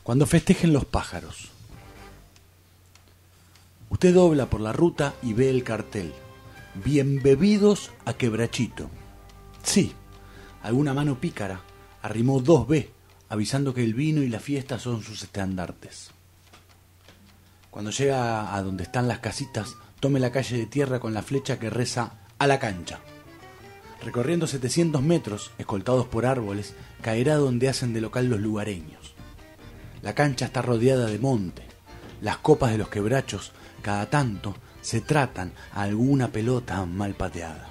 Cuando festejen los pájaros. Usted dobla por la ruta y ve el cartel. Bien bebidos a Quebrachito. Sí, alguna mano pícara arrimó 2B, avisando que el vino y la fiesta son sus estandartes. Cuando llega a donde están las casitas, tome la calle de tierra con la flecha que reza a la cancha. Recorriendo 700 metros, escoltados por árboles, caerá donde hacen de local los lugareños. La cancha está rodeada de monte. Las copas de los quebrachos, cada tanto, se tratan a alguna pelota mal pateada.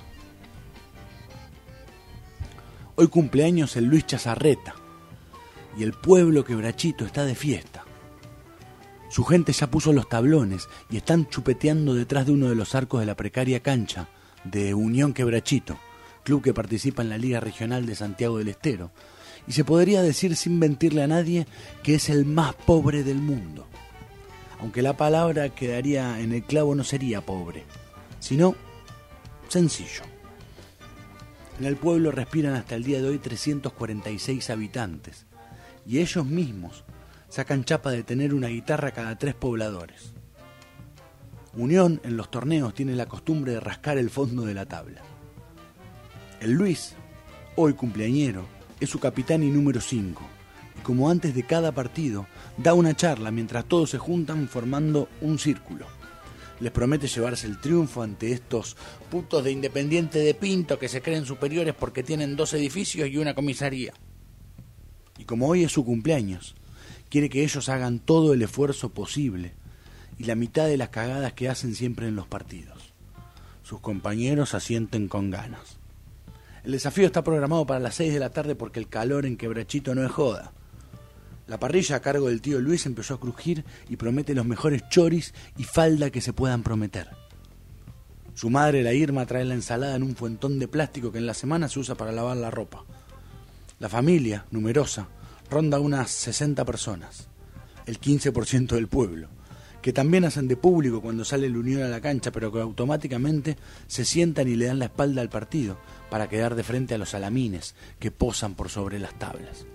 Hoy cumpleaños el Luis Chazarreta y el pueblo quebrachito está de fiesta. Su gente ya puso los tablones y están chupeteando detrás de uno de los arcos de la precaria cancha de Unión Quebrachito, club que participa en la Liga Regional de Santiago del Estero, y se podría decir sin mentirle a nadie que es el más pobre del mundo. Aunque la palabra que daría en el clavo no sería pobre, sino sencillo. En el pueblo respiran hasta el día de hoy 346 habitantes, y ellos mismos sacan chapa de tener una guitarra cada 3 pobladores. Unión en los torneos tiene la costumbre de rascar el fondo de la tabla. El Luis, hoy cumpleañero, es su capitán y número 5, y como antes de cada partido, da una charla mientras todos se juntan formando un círculo. Les promete llevarse el triunfo ante estos putos de Independiente de Pinto que se creen superiores porque tienen 2 edificios y una comisaría. Y como hoy es su cumpleaños, quiere que ellos hagan todo el esfuerzo posible y la mitad de las cagadas que hacen siempre en los partidos. Sus compañeros asienten con ganas. El desafío está programado para las 6 de la tarde porque el calor en Quebrachito no es joda. La parrilla a cargo del tío Luis empezó a crujir y promete los mejores choris y falda que se puedan prometer. Su madre, la Irma, trae la ensalada en un fuentón de plástico que en la semana se usa para lavar la ropa. La familia, numerosa, ronda unas 60 personas, el 15% del pueblo, que también hacen de público cuando sale el Unión a la cancha, pero que automáticamente se sientan y le dan la espalda al partido para quedar de frente a los alamines que posan por sobre las tablas.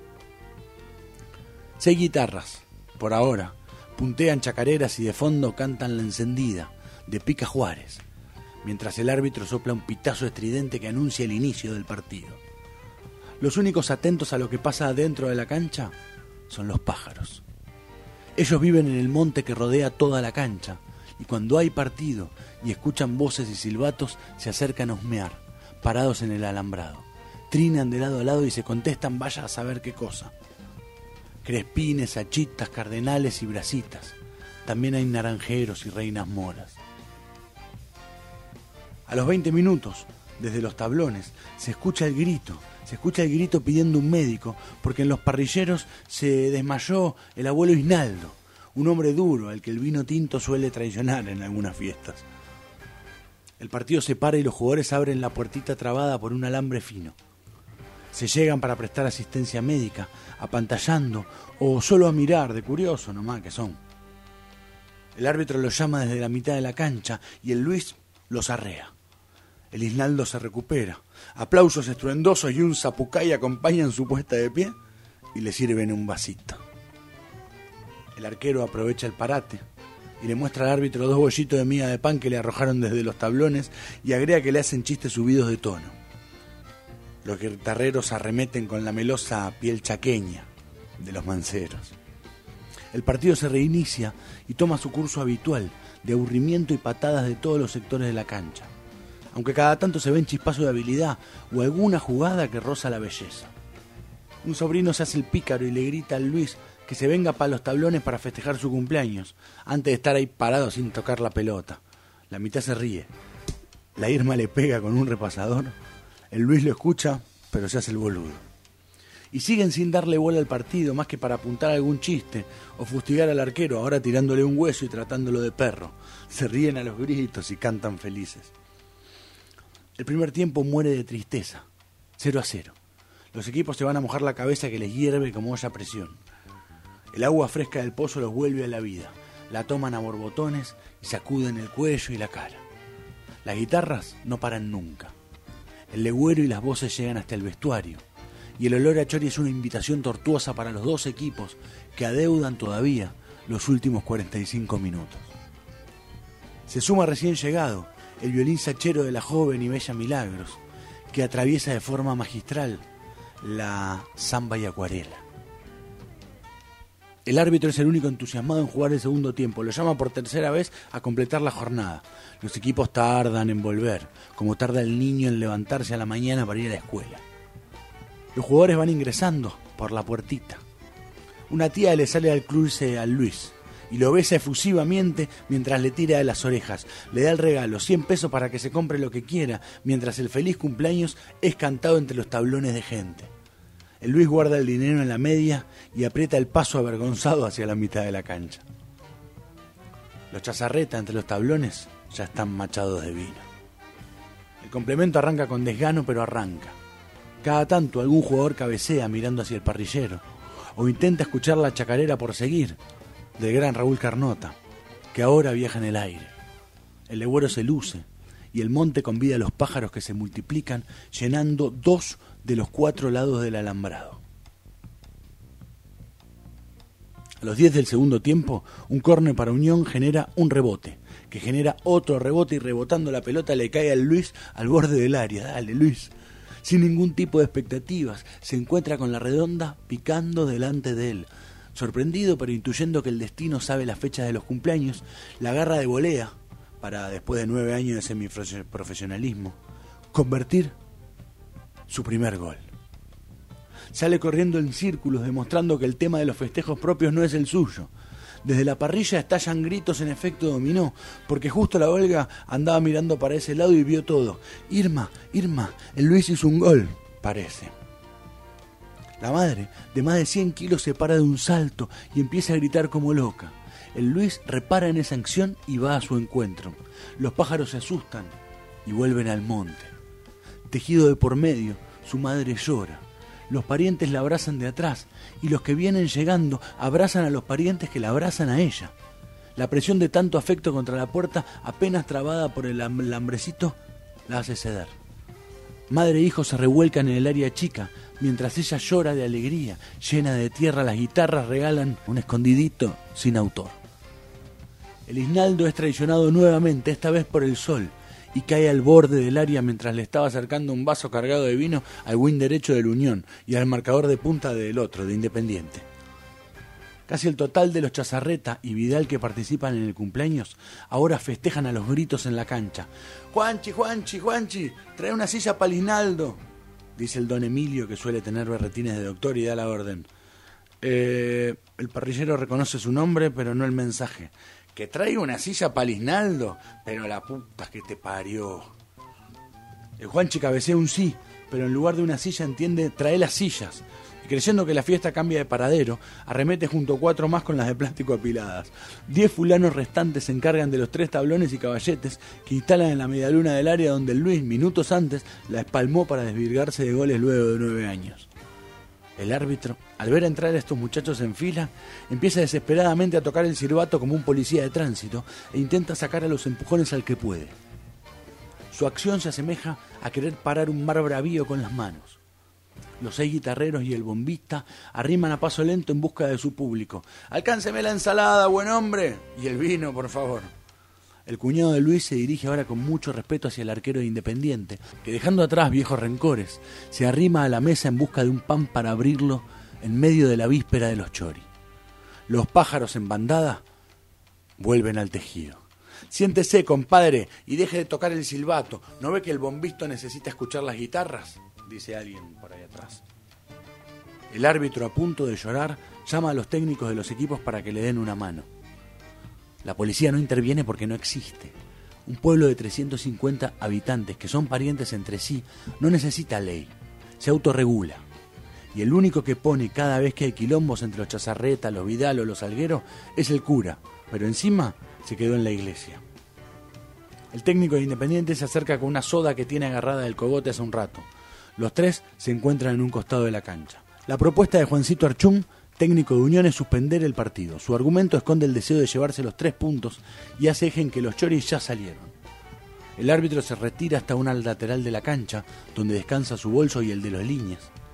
6 guitarras, por ahora, puntean chacareras y de fondo cantan La Encendida, de Pica Juárez, mientras el árbitro sopla un pitazo estridente que anuncia el inicio del partido. Los únicos atentos a lo que pasa adentro de la cancha son los pájaros. Ellos viven en el monte que rodea toda la cancha, y cuando hay partido y escuchan voces y silbatos, se acercan a husmear, parados en el alambrado. Trinan de lado a lado y se contestan vaya a saber qué cosa. Crespines, achitas, cardenales y brasitas. También hay naranjeros y reinas moras. A los 20 minutos, desde los tablones, se escucha el grito pidiendo un médico, porque en los parrilleros se desmayó el abuelo Isnaldo, un hombre duro al que el vino tinto suele traicionar en algunas fiestas. El partido se para y los jugadores abren la puertita trabada por un alambre fino. Se llegan para prestar asistencia médica, apantallando o solo a mirar, de curioso nomás que son. El árbitro los llama desde la mitad de la cancha y el Luis los arrea. El Isnaldo se recupera. Aplausos estruendosos y un zapucay acompañan su puesta de pie y le sirven un vasito. El arquero aprovecha el parate y le muestra al árbitro 2 bollitos de miga de pan que le arrojaron desde los tablones y agrega que le hacen chistes subidos de tono. Los guitarreros arremeten con la melosa piel chaqueña de los manceros. El partido se reinicia y toma su curso habitual de aburrimiento y patadas de todos los sectores de la cancha, aunque cada tanto se ven chispazos de habilidad o alguna jugada que roza la belleza. Un sobrino se hace el pícaro y le grita al Luis que se venga para los tablones para festejar su cumpleaños, antes de estar ahí parado sin tocar la pelota. La mitad se ríe. La Irma le pega con un repasador. El Luis lo escucha, pero se hace el boludo. Y siguen sin darle bola al partido, más que para apuntar algún chiste o fustigar al arquero, ahora tirándole un hueso y tratándolo de perro. Se ríen a los gritos y cantan felices. El primer tiempo muere de tristeza, 0-0. Los equipos se van a mojar la cabeza que les hierve como olla a presión. El agua fresca del pozo los vuelve a la vida. La toman a borbotones y sacuden el cuello y la cara. Las guitarras no paran nunca. El legüero y las voces llegan hasta el vestuario. y el olor a chori es una invitación tortuosa para los dos equipos que adeudan todavía los últimos 45 minutos. Se suma recién llegado el violín sachero de la joven y bella Milagros, que atraviesa de forma magistral la samba y acuarela. El árbitro es el único entusiasmado en jugar el segundo tiempo, lo llama por tercera vez a completar la jornada. Los equipos tardan en volver, como tarda el niño en levantarse a la mañana para ir a la escuela. Los jugadores van ingresando por la puertita. Una tía le sale al cruce al Luis y lo besa efusivamente mientras le tira de las orejas. Le da el regalo, 100 pesos para que se compre lo que quiera, mientras el feliz cumpleaños es cantado entre los tablones de gente. El Luis guarda el dinero en la media y aprieta el paso avergonzado hacia la mitad de la cancha. Los Chazarreta entre los tablones ya están machados de vino. El complemento arranca con desgano, pero arranca. Cada tanto algún jugador cabecea mirando hacia el parrillero o intenta escuchar la chacarera por seguir del gran Raúl Carnota, que ahora viaja en el aire. El legüero se luce y el monte convida a los pájaros que se multiplican llenando 2 de los 4 lados del alambrado. A los 10 del segundo tiempo, un córner para Unión genera un rebote, que genera otro rebote y rebotando la pelota le cae al Luis al borde del área. Dale, Luis. Sin ningún tipo de expectativas, se encuentra con la redonda picando delante de él. Sorprendido, pero intuyendo que el destino sabe las fechas de los cumpleaños, la agarra de volea para, después de 9 años de semiprofesionalismo, convertir su primer gol. Sale corriendo en círculos demostrando que el tema de los festejos propios no es el suyo. Desde la parrilla estallan gritos en efecto dominó, porque justo la Olga andaba mirando para ese lado y vio todo. Irma, el Luis hizo un gol, parece. La madre, de más de 100 kilos, se para de un salto y empieza a gritar como loca. El Luis repara en esa acción y va a su encuentro. Los pájaros se asustan y vuelven al monte. Tejido de por medio, su madre llora. Los parientes la abrazan de atrás y los que vienen llegando abrazan a los parientes que la abrazan a ella. La presión de tanto afecto contra la puerta, apenas trabada por el alambrecito, la hace ceder. Madre e hijo se revuelcan en el área chica, mientras ella llora de alegría. Llena de tierra, las guitarras regalan un escondidito sin autor. El Isnaldo es traicionado nuevamente, esta vez por el sol, y cae al borde del área mientras le estaba acercando un vaso cargado de vino al win derecho del Unión y al marcador de punta del otro, de Independiente. Casi el total de los Chazarreta y Vidal que participan en el cumpleaños ahora festejan a los gritos en la cancha. Juanchi, trae una silla para Isnaldo, dice el don Emilio, que suele tener berretines de doctor, y da la orden. El parrillero reconoce su nombre, pero no el mensaje. Que traiga una silla para Isnaldo, pero la puta que te parió. El Juanchi cabecea un sí, pero en lugar de una silla entiende trae las sillas. Y creyendo que la fiesta cambia de paradero, arremete junto a 4 más con las de plástico apiladas. 10 fulanos restantes se encargan de los 3 tablones y caballetes que instalan en la medialuna del área donde el Luis, minutos antes, la espalmó para desvirgarse de goles luego de 9 años. El árbitro, al ver entrar a estos muchachos en fila, empieza desesperadamente a tocar el silbato como un policía de tránsito e intenta sacar a los empujones al que puede. Su acción se asemeja a querer parar un mar bravío con las manos. Los 6 guitarreros y el bombista arriman a paso lento en busca de su público. ¡Alcánceme la ensalada, buen hombre! Y el vino, por favor. El cuñado de Luis se dirige ahora con mucho respeto hacia el arquero de Independiente, que dejando atrás viejos rencores, se arrima a la mesa en busca de un pan para abrirlo en medio de la víspera de los chori. Los pájaros en bandada vuelven al tejido. Siéntese, compadre, y deje de tocar el silbato. ¿No ve que el bombista necesita escuchar las guitarras?, dice alguien por ahí atrás. El árbitro, a punto de llorar, llama a los técnicos de los equipos para que le den una mano. La policía no interviene porque no existe. Un pueblo de 350 habitantes que son parientes entre sí no necesita ley, se autorregula. Y el único que pone cada vez que hay quilombos entre los Chazarreta, los Vidal o los Algueros es el cura, pero encima se quedó en la iglesia. El técnico de Independiente se acerca con una soda que tiene agarrada del cogote hace un rato. Los 3 se encuentran en un costado de la cancha. La propuesta de Juancito Archún, técnico de Unión, es suspender el partido. Su argumento esconde el deseo de llevarse los 3 puntos y hace eje en que los choris ya salieron. El árbitro se retira hasta una lateral de la cancha, donde descansa su bolso y el de los líneas.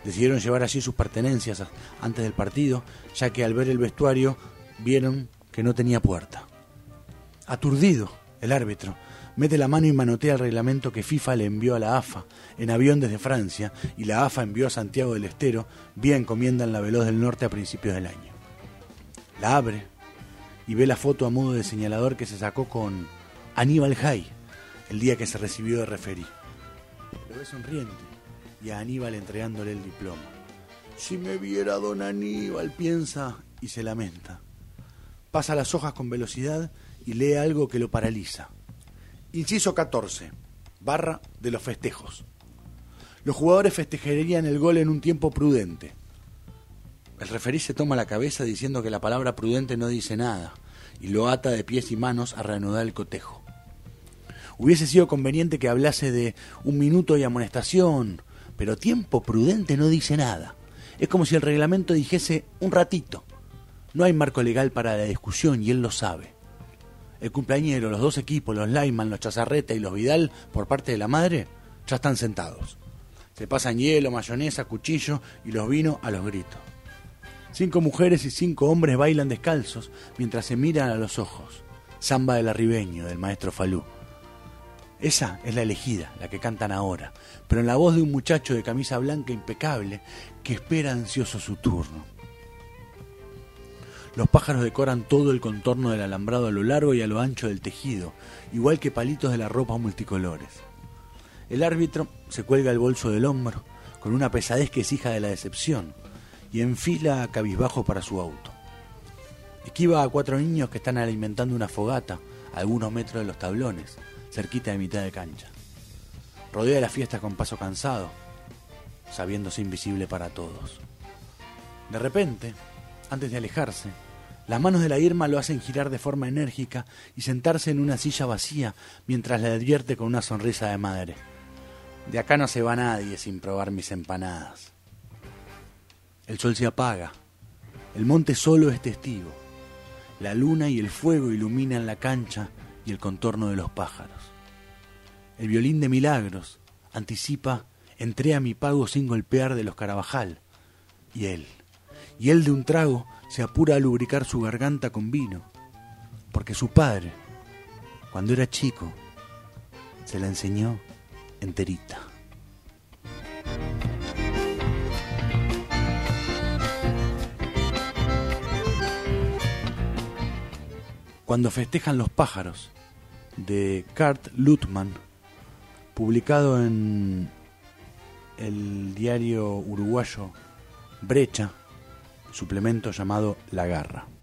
Decidieron llevar allí sus pertenencias antes del partido, ya que al ver el vestuario vieron que no tenía puerta. Aturdido, el árbitro mete la mano y manotea el reglamento que FIFA le envió a la AFA en avión desde Francia, y la AFA envió a Santiago del Estero vía encomienda en la Veloz del Norte a principios del año. La abre y ve la foto a modo de señalador que se sacó con Aníbal Jay el día que se recibió de referí. Lo ve sonriente y a Aníbal entregándole el diploma. Si me viera don Aníbal, piensa y se lamenta. Pasa las hojas con velocidad y lee algo que lo paraliza. Inciso 14, barra de los festejos. Los jugadores festejarían el gol en un tiempo prudente. El referí se toma la cabeza diciendo que la palabra prudente no dice nada y lo ata de pies y manos a reanudar el cotejo. Hubiese sido conveniente que hablase de 1 minuto y amonestación, pero tiempo prudente no dice nada. Es como si el reglamento dijese un ratito. No hay marco legal para la discusión y él lo sabe. El cumpleañero, los 2 equipos, los Lyman, los Chazarreta y los Vidal, por parte de la madre, ya están sentados. Se pasan hielo, mayonesa, cuchillo y los vinos a los gritos. 5 mujeres y 5 hombres bailan descalzos mientras se miran a los ojos. Samba del Arribeño, del maestro Falú. Esa es la elegida, la que cantan ahora, pero en la voz de un muchacho de camisa blanca impecable que espera ansioso su turno. Los pájaros decoran todo el contorno del alambrado a lo largo y a lo ancho del tejido, igual que palitos de la ropa multicolores. El árbitro se cuelga el bolso del hombro, con una pesadez que es hija de la decepción, y enfila cabizbajo para su auto. Esquiva a 4 niños que están alimentando una fogata a algunos metros de los tablones, cerquita de mitad de cancha. Rodea la fiesta con paso cansado, sabiéndose invisible para todos. De repente, antes de alejarse, las manos de la Irma lo hacen girar de forma enérgica y sentarse en una silla vacía mientras le advierte con una sonrisa de madre: de acá no se va nadie sin probar mis empanadas. El sol se apaga, el monte solo es testigo. La luna y el fuego iluminan la cancha y el contorno de los pájaros. El violín de Milagros anticipa "Entré a mi pago sin golpear" de los Carabajal. Y él de un trago se apura a lubricar su garganta con vino, porque su padre, cuando era chico, se la enseñó enterita. Cuando festejan los pájaros, de Kurt Lutman, publicado en el diario uruguayo Brecha, suplemento llamado La Garra.